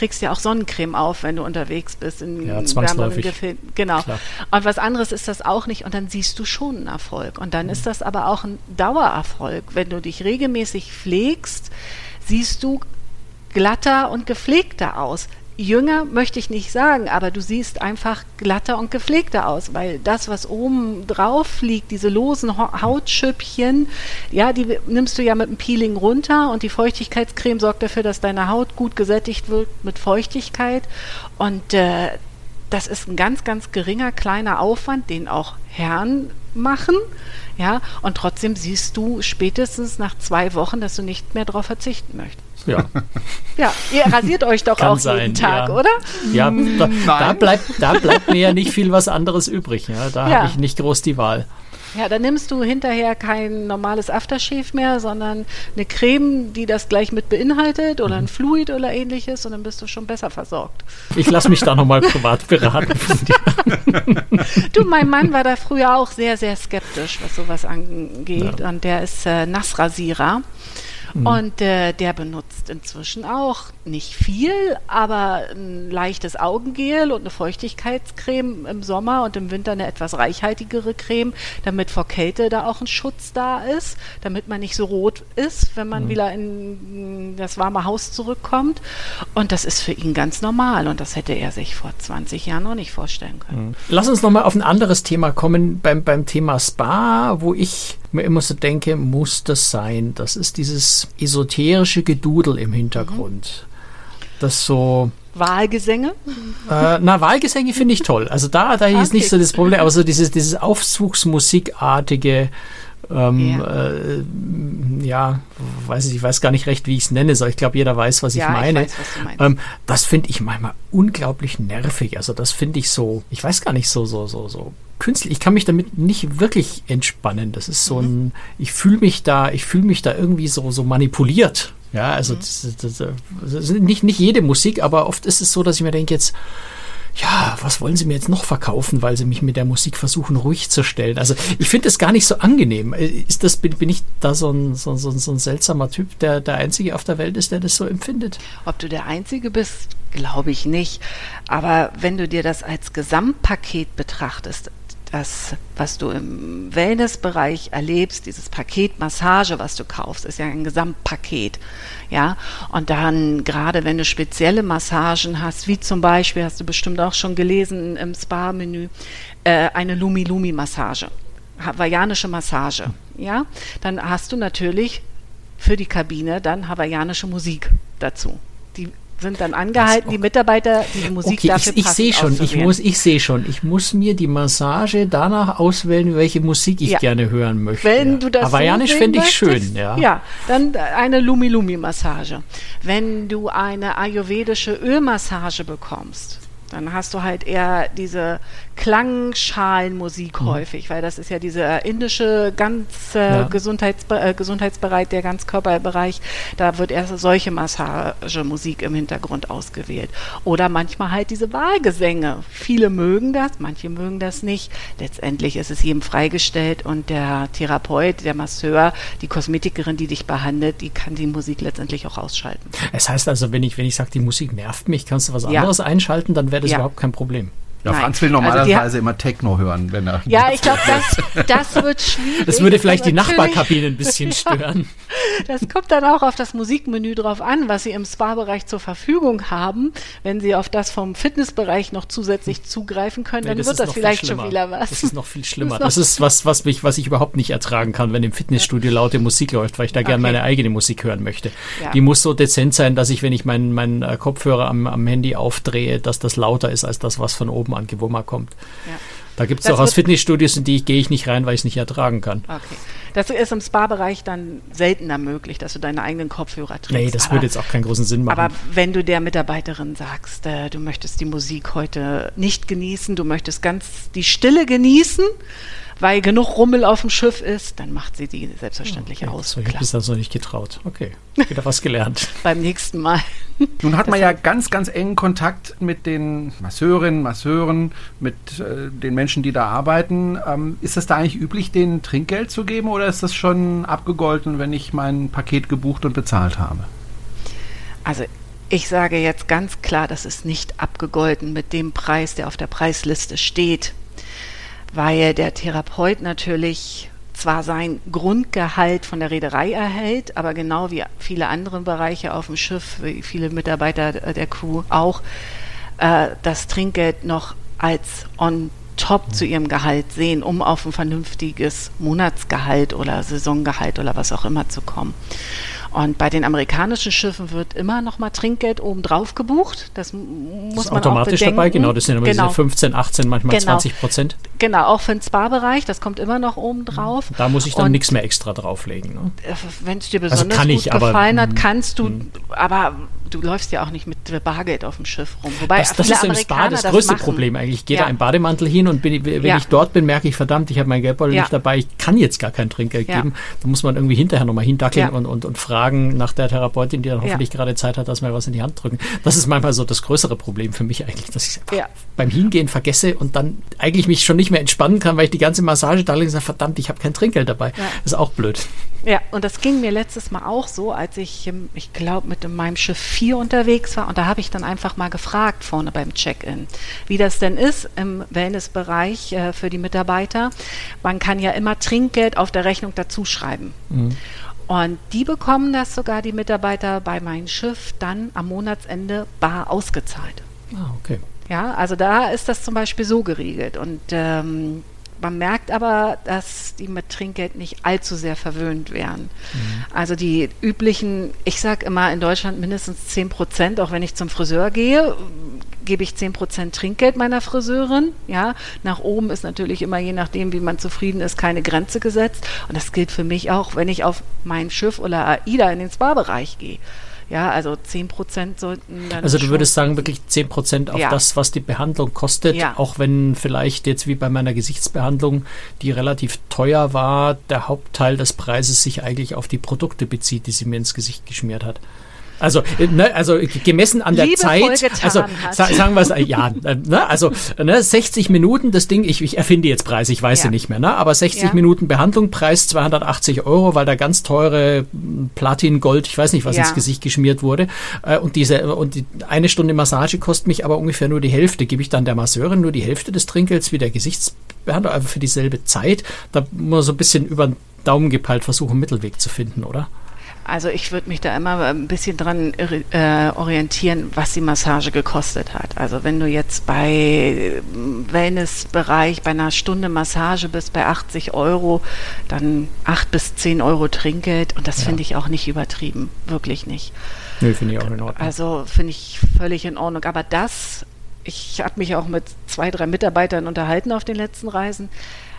trägst ja auch Sonnencreme auf, wenn du unterwegs bist. In ja, zwangsläufig. Genau. Klar. Und was anderes ist das auch nicht. Und dann siehst du schon einen Erfolg. Und dann mhm. ist das aber auch ein Dauererfolg. Wenn du dich regelmäßig pflegst, siehst du glatter und gepflegter aus. Jünger möchte ich nicht sagen, aber du siehst einfach glatter und gepflegter aus, weil das, was oben drauf liegt, diese losen Hautschüppchen, ja, die nimmst du ja mit dem Peeling runter und die Feuchtigkeitscreme sorgt dafür, dass deine Haut gut gesättigt wird mit Feuchtigkeit und äh, das ist ein ganz, ganz geringer, kleiner Aufwand, den auch Herren machen, ja, und trotzdem siehst du spätestens nach zwei Wochen, dass du nicht mehr darauf verzichten möchtest. Ja. Ja, ihr rasiert euch doch Kann auch sein, jeden Tag, ja. oder? Ja, da, da, bleibt, da bleibt mir ja nicht viel was anderes übrig. Ja. Da Ja. habe ich nicht groß die Wahl. Ja, dann nimmst du hinterher kein normales Aftershave mehr, sondern eine Creme, die das gleich mit beinhaltet oder ein Fluid oder ähnliches und dann bist du schon besser versorgt. Ich lasse mich da nochmal privat beraten von dir. Du, mein Mann war da früher auch sehr, sehr skeptisch, was sowas angeht Ja. und der ist äh, Nassrasierer. Und äh, der benutzt inzwischen auch nicht viel, aber ein leichtes Augengel und eine Feuchtigkeitscreme im Sommer und im Winter eine etwas reichhaltigere Creme, damit vor Kälte da auch ein Schutz da ist, damit man nicht so rot ist, wenn man mhm. wieder in das warme Haus zurückkommt. Und das ist für ihn ganz normal und das hätte er sich vor zwanzig Jahren noch nicht vorstellen können. Mhm. Lass uns nochmal auf ein anderes Thema kommen, beim, beim Thema Spa, wo ich mir immer so denke, muss das sein? Das ist dieses esoterische Gedudel im Hintergrund. Mhm. Das so... Wahlgesänge? Äh, na, Wahlgesänge finde ich toll. Also da, da ist Okay. nicht so das Problem, aber so dieses, dieses Aufzugsmusikartige, ähm, Ja. äh, ja, weiß ich, ich weiß gar nicht recht, wie ich es nenne, so ich glaube, jeder weiß, was Ja, ich ich meine. weiß, was du meinst. Ähm, das finde ich manchmal unglaublich nervig. Also das finde ich so, ich weiß gar nicht, so, so, so, so künstlich. Ich kann mich damit nicht wirklich entspannen. Das ist so ein, ich fühle mich da, ich fühle mich da irgendwie so, so manipuliert. Ja, also Mhm. das, das, das ist nicht, nicht jede Musik, aber oft ist es so, dass ich mir denke jetzt, ja, was wollen Sie mir jetzt noch verkaufen, weil Sie mich mit der Musik versuchen, ruhig zu stellen? Also ich finde das gar nicht so angenehm. Ist das, bin, bin ich da so ein, so, so, so ein seltsamer Typ, der der Einzige auf der Welt ist, der das so empfindet? Ob du der Einzige bist, glaube ich nicht. Aber wenn du dir das als Gesamtpaket betrachtest, das, was du im Wellnessbereich erlebst, dieses Paket Massage, was du kaufst, ist ja ein Gesamtpaket. Ja, und dann, gerade wenn du spezielle Massagen hast, wie zum Beispiel, hast du bestimmt auch schon gelesen im Spa-Menü, äh, eine Lumi-Lumi-Massage, hawaiianische Massage, ja, dann hast du natürlich für die Kabine dann hawaiianische Musik dazu. Die sind dann angehalten, die Mitarbeiter, diese Musik okay, dafür ich, ich passend sehe schon, ich auszuwählen. muss, ich sehe schon, ich muss mir die Massage danach auswählen, welche Musik ich Ja. gerne hören möchte. Wenn ja. du das Hawaiianisch so finde ich sehen möchtest, schön, ja. Ja, dann eine Lumi-Lumi-Massage. Wenn du eine ayurvedische Ölmassage bekommst, dann hast du halt eher diese Klangschalenmusik Mhm. häufig, weil das ist ja dieser indische ganz äh, Ja. Gesundheitsbe äh, Gesundheitsbereich, der Ganzkörperbereich, da wird erst solche Massagemusik im Hintergrund ausgewählt. Oder manchmal halt diese Wahlgesänge. Viele mögen das, manche mögen das nicht. Letztendlich ist es jedem freigestellt und der Therapeut, der Masseur, die Kosmetikerin, die dich behandelt, die kann die Musik letztendlich auch ausschalten. Es heißt also, wenn ich, wenn ich sage, die Musik nervt mich, kannst du was Ja. anderes einschalten, dann wäre das Ja. überhaupt kein Problem. Ja, Nein. Franz will Also normalerweise die immer Techno hören, wenn er... Ja, ich glaube, das, das wird schwierig. Das würde vielleicht die Natürlich- Nachbarkabine ein bisschen stören. Das kommt dann auch auf das Musikmenü drauf an, was Sie im Spa-Bereich zur Verfügung haben. Wenn Sie auf das vom Fitnessbereich noch zusätzlich zugreifen können, Nee, dann das wird ist das noch viel vielleicht schon schlimmer. wieder was. Das ist noch viel schlimmer. Das Das ist was, was mich, was ich überhaupt nicht ertragen kann, wenn im Fitnessstudio laute Musik läuft, weil ich da gerne Okay. meine eigene Musik hören möchte. Ja. Die muss so dezent sein, dass ich, wenn ich meinen meinen äh, Kopfhörer am, am Handy aufdrehe, dass das lauter ist als das, was von oben an Gewummer kommt. Ja. Da gibt es Das auch aus wird- Fitnessstudios, in die gehe ich nicht rein, weil ich es nicht ertragen kann. Okay. Das ist im Spa-Bereich dann seltener möglich, dass du deine eigenen Kopfhörer trägst. Nee, das aber, würde jetzt auch keinen großen Sinn machen. aber wenn du der Mitarbeiterin sagst, äh, du möchtest die Musik heute nicht genießen, du möchtest ganz die Stille genießen, weil genug Rummel auf dem Schiff ist, dann macht sie die selbstverständlich okay, aus. so, ich habe Klar. bis dato noch nicht getraut. Okay, wieder was gelernt. Beim nächsten Mal. Nun hat man ja ganz, ganz engen Kontakt mit den Masseurinnen, Masseuren, mit äh, den Menschen, die da arbeiten. Ähm, ist es da eigentlich üblich, denen Trinkgeld zu geben oder ist das schon abgegolten, wenn ich mein Paket gebucht und bezahlt habe? Also Ich sage jetzt ganz klar, das ist nicht abgegolten mit dem Preis, der auf der Preisliste steht, weil der Therapeut natürlich zwar sein Grundgehalt von der Reederei erhält, aber genau wie viele andere Bereiche auf dem Schiff, wie viele Mitarbeiter der Crew auch, äh, das Trinkgeld noch als on top zu ihrem Gehalt sehen, um auf ein vernünftiges Monatsgehalt oder Saisongehalt oder was auch immer zu kommen. Und bei den amerikanischen Schiffen wird immer noch mal Trinkgeld obendrauf gebucht. Das muss das ist man automatisch auch bedenken. dabei, genau. Das sind aber genau. diese fünfzehn, achtzehn, manchmal genau. zwanzig Prozent. Genau, auch für den Spa-Bereich, das kommt immer noch obendrauf. Da muss ich dann nichts mehr extra drauflegen. Ne? Wenn es dir besonders also kann gut ich, aber, gefallen hat, kannst du, mh. aber du läufst ja auch nicht mit Bargeld auf dem Schiff rum. Wobei das, das viele ist im Amerikaner Spa das das größte machen. Problem eigentlich. Ich gehe Ja. da im Bademantel hin und bin, wenn Ja. ich dort bin, merke ich, verdammt, ich habe mein Geldbeutel Ja. nicht dabei, ich kann jetzt gar kein Trinkgeld Ja. geben. Da muss man irgendwie hinterher nochmal hindackeln Ja. und, und, und fragen nach der Therapeutin, die dann hoffentlich Ja. gerade Zeit hat, dass wir was in die Hand drücken. Das ist manchmal so das größere Problem für mich eigentlich, dass ich einfach Ja. beim Hingehen vergesse und dann eigentlich mich schon nicht mehr entspannen kann, weil ich die ganze Massage da liege und sage, verdammt, ich habe kein Trinkgeld dabei. Ja. Das ist auch blöd. Ja, und das ging mir letztes Mal auch so, als ich, ich glaube, mit meinem Schiff vier unterwegs war. Und da habe ich dann einfach mal gefragt vorne beim Check-in, wie das denn ist im Wellnessbereich äh, für die Mitarbeiter. Man kann ja immer Trinkgeld auf der Rechnung dazu schreiben. Mhm. Und die bekommen das sogar, die Mitarbeiter bei meinem Schiff, dann am Monatsende bar ausgezahlt. Ah, okay. Ja, also da ist das zum Beispiel so geregelt. Und ähm, man merkt aber, dass die mit Trinkgeld nicht allzu sehr verwöhnt wären. Mhm. Also die üblichen, ich sage immer in Deutschland mindestens zehn Prozent, auch wenn ich zum Friseur gehe, gebe ich zehn Prozent Trinkgeld meiner Friseurin. Ja, nach oben ist natürlich immer, je nachdem, wie man zufrieden ist, keine Grenze gesetzt. Und das gilt für mich auch, wenn ich auf mein Schiff oder AIDA in den Spa-Bereich gehe. Ja, also zehn Prozent sollten dann. Also du schon würdest sagen, wirklich zehn Prozent auf ja. das, was die Behandlung kostet, Ja. auch wenn vielleicht jetzt wie bei meiner Gesichtsbehandlung, die relativ teuer war, der Hauptteil des Preises sich eigentlich auf die Produkte bezieht, die sie mir ins Gesicht geschmiert hat. Also, ne, also gemessen an der Liebevoll Zeit, getan also hat. sa- sagen wir es, äh, ja, äh, ne, also ne, sechzig Minuten, das Ding, ich, ich erfinde jetzt Preise, ich weiß Ja. sie nicht mehr, ne, aber sechzig Ja. Minuten Behandlung, Preis zweihundertachtzig Euro, weil da ganz teure m, Platin, Gold, ich weiß nicht, was Ja. ins Gesicht geschmiert wurde. Äh, und diese und die, eine Stunde Massage kostet mich aber ungefähr nur die Hälfte. Gebe ich dann der Masseurin nur die Hälfte des Trinkgelds wie der Gesichtsbehandlung, aber für dieselbe Zeit. Da muss man so ein bisschen über den Daumen gepeilt versuchen, einen Mittelweg zu finden, oder? Also ich würde mich da immer ein bisschen dran äh, orientieren, was die Massage gekostet hat. Also wenn du jetzt bei Wellnessbereich bei einer Stunde Massage bist bei achtzig Euro, dann acht bis zehn Euro Trinkgeld und das Ja. finde ich auch nicht übertrieben, wirklich nicht. Nö, finde ich auch in Ordnung. Also finde ich völlig in Ordnung. Aber das, ich habe mich auch mit zwei, drei Mitarbeitern unterhalten auf den letzten Reisen,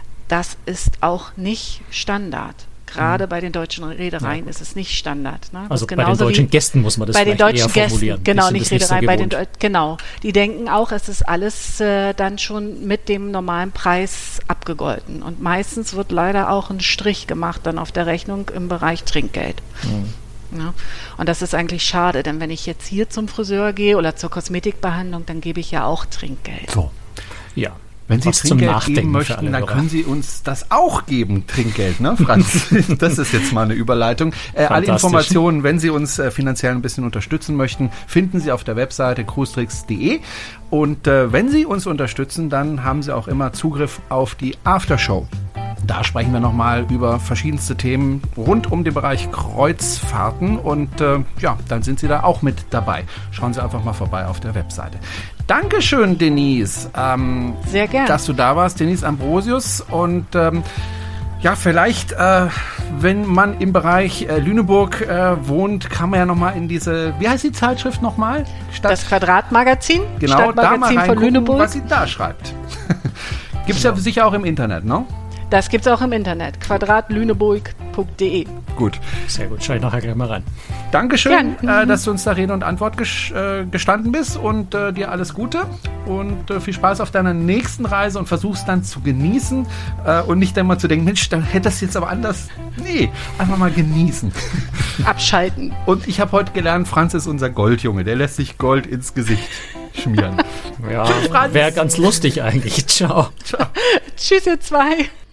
das ist auch nicht Standard. Gerade mhm. bei den deutschen Reedereien ja. ist es nicht Standard. Ne? Also bei den deutschen wie, Gästen muss man das bei den vielleicht deutschen eher formulieren. Gästen, genau, Die nicht sind das Reedereien, so bei den gewohnt. Deu- genau. Die denken auch, es ist alles äh, dann schon mit dem normalen Preis abgegolten. Und meistens wird leider auch ein Strich gemacht dann auf der Rechnung im Bereich Trinkgeld. Mhm. Ja. Und das ist eigentlich schade, denn wenn ich jetzt hier zum Friseur gehe oder zur Kosmetikbehandlung, dann gebe ich ja auch Trinkgeld. So. Ja. Wenn Sie Was zum Trinkgeld Nachdenken geben für möchten, alle dann Hörer. können Sie uns das auch geben, Trinkgeld, ne, Franz? Das ist jetzt mal eine Überleitung. Äh, alle Fantastisch. Informationen, wenn Sie uns äh, finanziell ein bisschen unterstützen möchten, finden Sie auf der Webseite cruistricks punkt de. Und äh, wenn Sie uns unterstützen, dann haben Sie auch immer Zugriff auf die Aftershow. Da sprechen wir nochmal über verschiedenste Themen rund um den Bereich Kreuzfahrten und äh, ja, dann sind Sie da auch mit dabei. Schauen Sie einfach mal vorbei auf der Webseite. Dankeschön, Denise. Ähm, Sehr gern. Dass du da warst, Denise Ambrosius. Und ähm, ja, vielleicht, äh, wenn man im Bereich äh, Lüneburg äh, wohnt, kann man ja nochmal in diese, wie heißt die Zeitschrift nochmal? Stadt, Das Quadratmagazin, genau, da mal Stadtmagazin von reingucken, Lüneburg. was sie da schreibt. Gibt es ja sicher auch im Internet, ne? Das gibt es auch im Internet, quadrat-lüneburg punkt de. Gut. Sehr gut, schau ich nachher gleich mal rein. Dankeschön, Gern. äh, dass du uns da Rede und Antwort ges- äh, gestanden bist und äh, dir alles Gute und äh, viel Spaß auf deiner nächsten Reise und versuch's dann zu genießen äh, und nicht dann mal zu denken, Mensch, dann hätte das jetzt aber anders. Nee, einfach mal genießen. Abschalten. Und ich habe heute gelernt, Franz ist unser Goldjunge, der lässt sich Gold ins Gesicht schmieren. Ja, Franz. wäre ganz lustig eigentlich. Ciao. Ciao. Tschüss, ihr zwei.